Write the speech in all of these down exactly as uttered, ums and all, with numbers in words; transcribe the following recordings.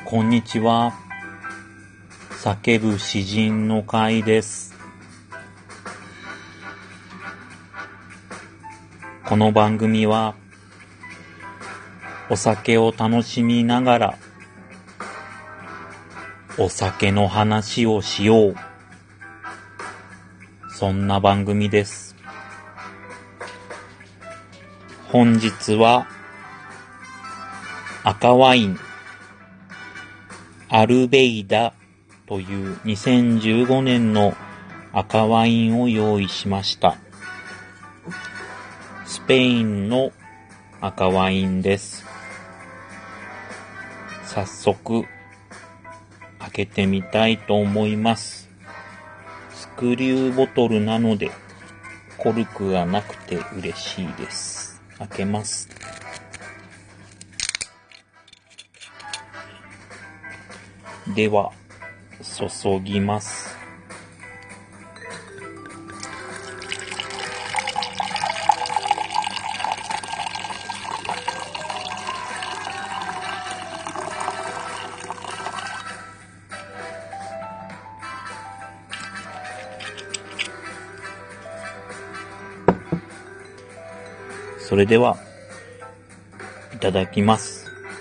こんにちは。叫ぶ詩人の会です。この番組はお酒を楽しみながらお酒の話をしよう、そんな番組です。本日は赤ワインアルベイダというにせんじゅうごねんの赤ワインを用意しました。スペインの赤ワインです。早速開けてみたいと思います。スクリューボトルなのでコルクがなくて嬉しいです。開けます。では注ぎます。それではいただきます。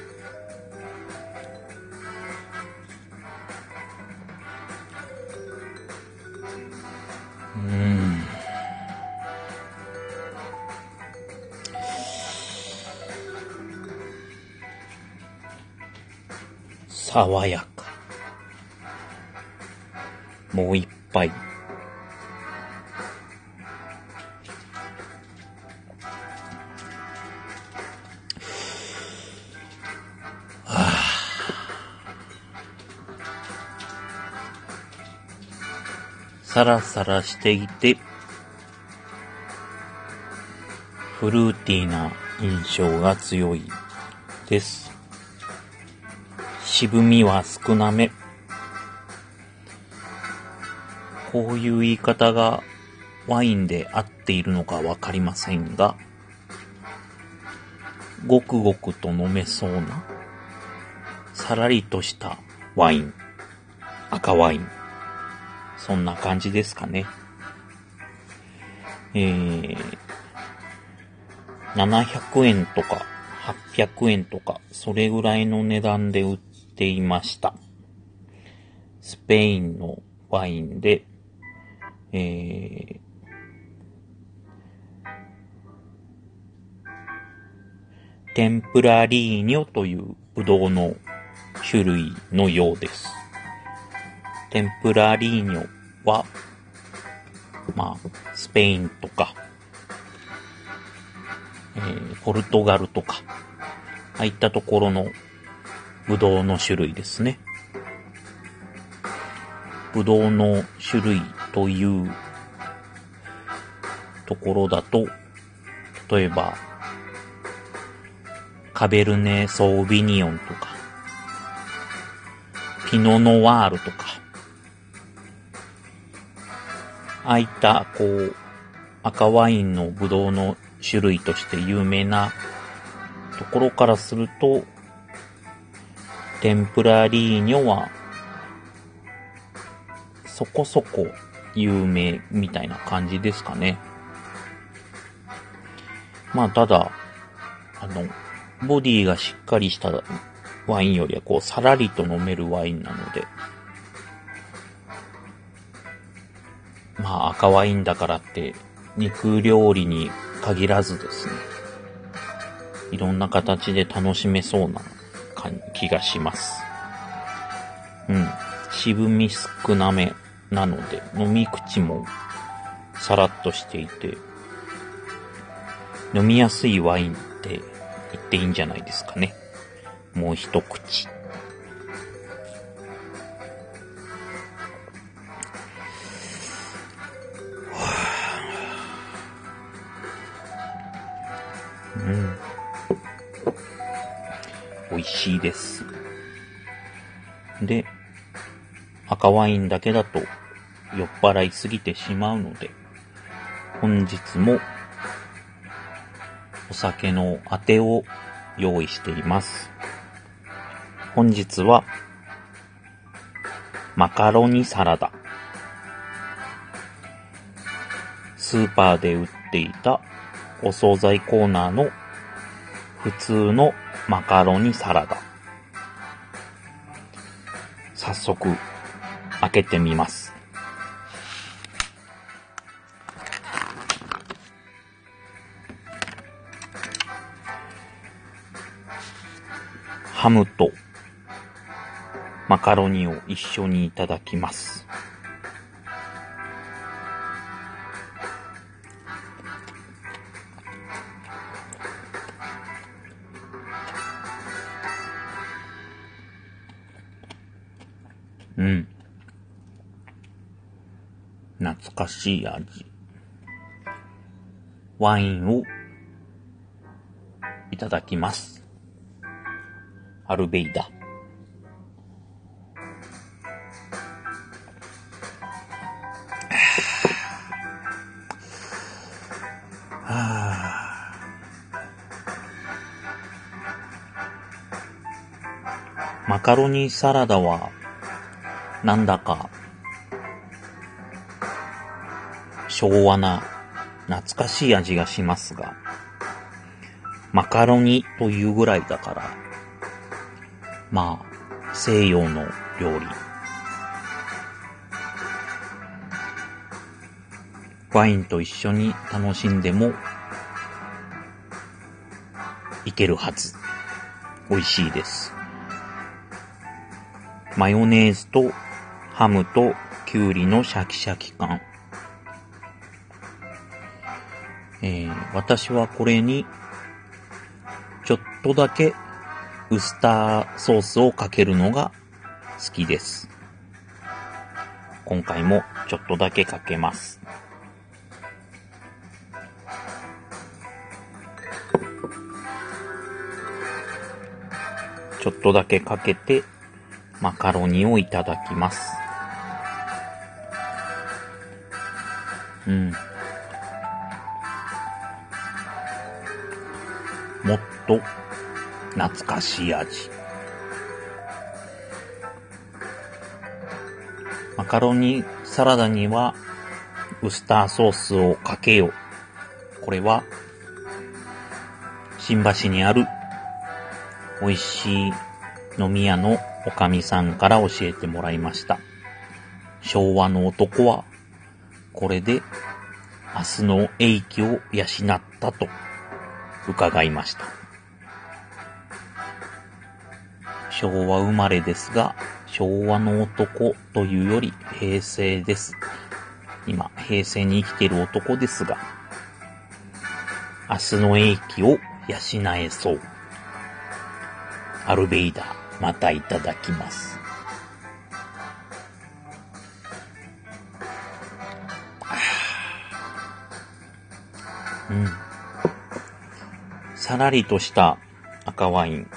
うーん。爽やか。もう一杯。サラサラしていてフルーティーな印象が強いです。渋みは少なめ。こういう言い方がワインで合っているのかわかりませんが、ごくごくと飲めそうなさらりとしたワイン、赤ワイン、そんな感じですかね。えー、ななひゃくえんとかはっぴゃくえんとかそれぐらいの値段で売っていました。スペインのワインで、えー、テンプラリーニョというブドウの種類のようです。テンプラリーニョは、まあ、スペインとか、えー、ポルトガルとか、ああいったところのブドウの種類ですね。ブドウの種類というところだと、例えば、カベルネ・ソーヴィニオンとか、ピノ・ノワールとか、ああいったこう赤ワインのブドウの種類として有名なところからすると、テンプラリーニョはそこそこ有名みたいな感じですかね。まあただあのボディがしっかりしたワインよりはこうさらりと飲めるワインなので、まあ赤ワインだからって肉料理に限らずですね、いろんな形で楽しめそうな気がします。うん。渋み少なめなので飲み口もさらっとしていて飲みやすいワインって言っていいんじゃないですかね。もう一口。うん。美味しいです。で、赤ワインだけだと酔っ払いすぎてしまうので、本日もお酒のあてを用意しています。 本日はマカロニサラダ。スーパーで売っていたお惣菜コーナーの普通のマカロニサラダ。早速開けてみます。ハムとマカロニを一緒にいただきます。うん。懐かしい味。ワインをいただきます。アルベイダ。マカロニサラダはなんだか昭和な懐かしい味がしますが、マカロニというぐらいだから、まあ西洋の料理。ワインと一緒に楽しんでもいけるはず。美味しいです。マヨネーズとハムとキュウリのシャキシャキ感。えー、私はこれにちょっとだけウスターソースをかけるのが好きです。今回もちょっとだけかけます。ちょっとだけかけてマカロニをいただきます。うん。もっと懐かしい味。マカロニサラダにはウスターソースをかけよう。これは新橋にある美味しい飲み屋のおかみさんから教えてもらいました。昭和の男はこれで明日の英気を養ったと伺いました。昭和生まれですが、昭和の男というより平成です。今平成に生きている男ですが、明日の英気を養えそう。アルベイダー、またいただきます。うん。さらりとした赤ワイン。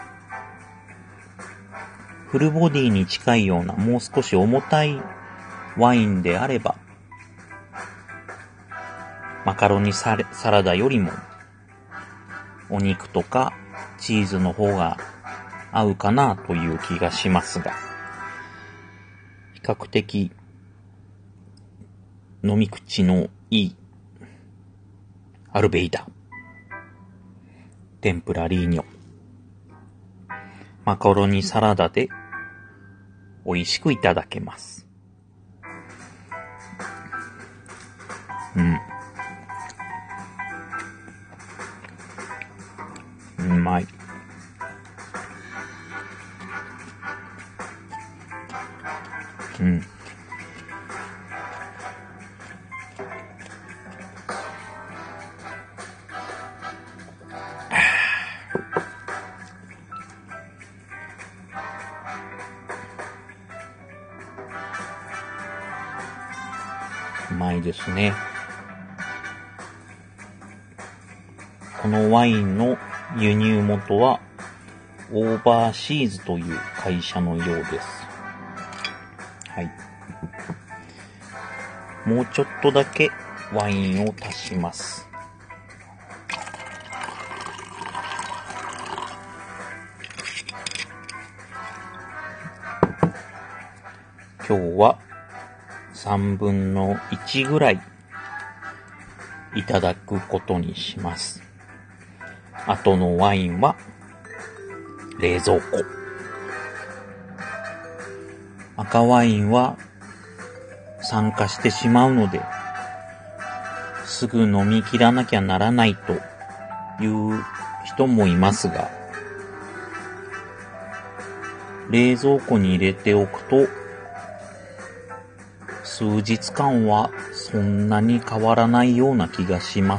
フルボディに近いようなもう少し重たいワインであれば、マカロニサラダよりもお肉とかチーズの方が合うかなという気がしますが、比較的飲み口のいいアルベイダ、テンプラリーニョ、マカロニサラダで美味しくいただけます。うん。うまい。うん。うまいですね。このワインの輸入元はオーバーシーズという会社のようです。はい。もうちょっとだけワインを足します。 今日はさんぶんのいちぐらいいただくことにします。あとのワインは冷蔵庫。赤ワインは酸化してしまうので、すぐ飲み切らなきゃならないという人もいますが、冷蔵庫に入れておくと、数日間はそんなに変わらないような気がします。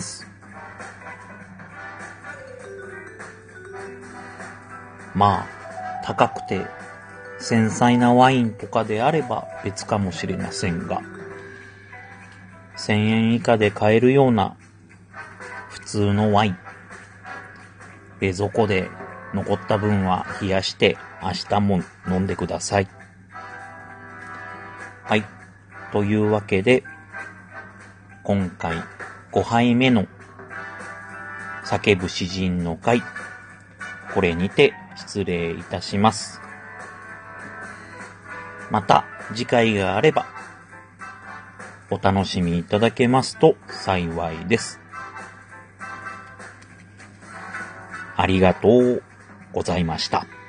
まあ、高くて繊細なワインとかであれば別かもしれませんが、せんえん以下で買えるような普通のワイン、冷蔵庫で残った分は冷やして明日も飲んでください。はい。というわけで、今回ごはいめの叫ぶ詩人の会、これにて失礼いたします。また次回があればお楽しみいただけますと幸いです。ありがとうございました。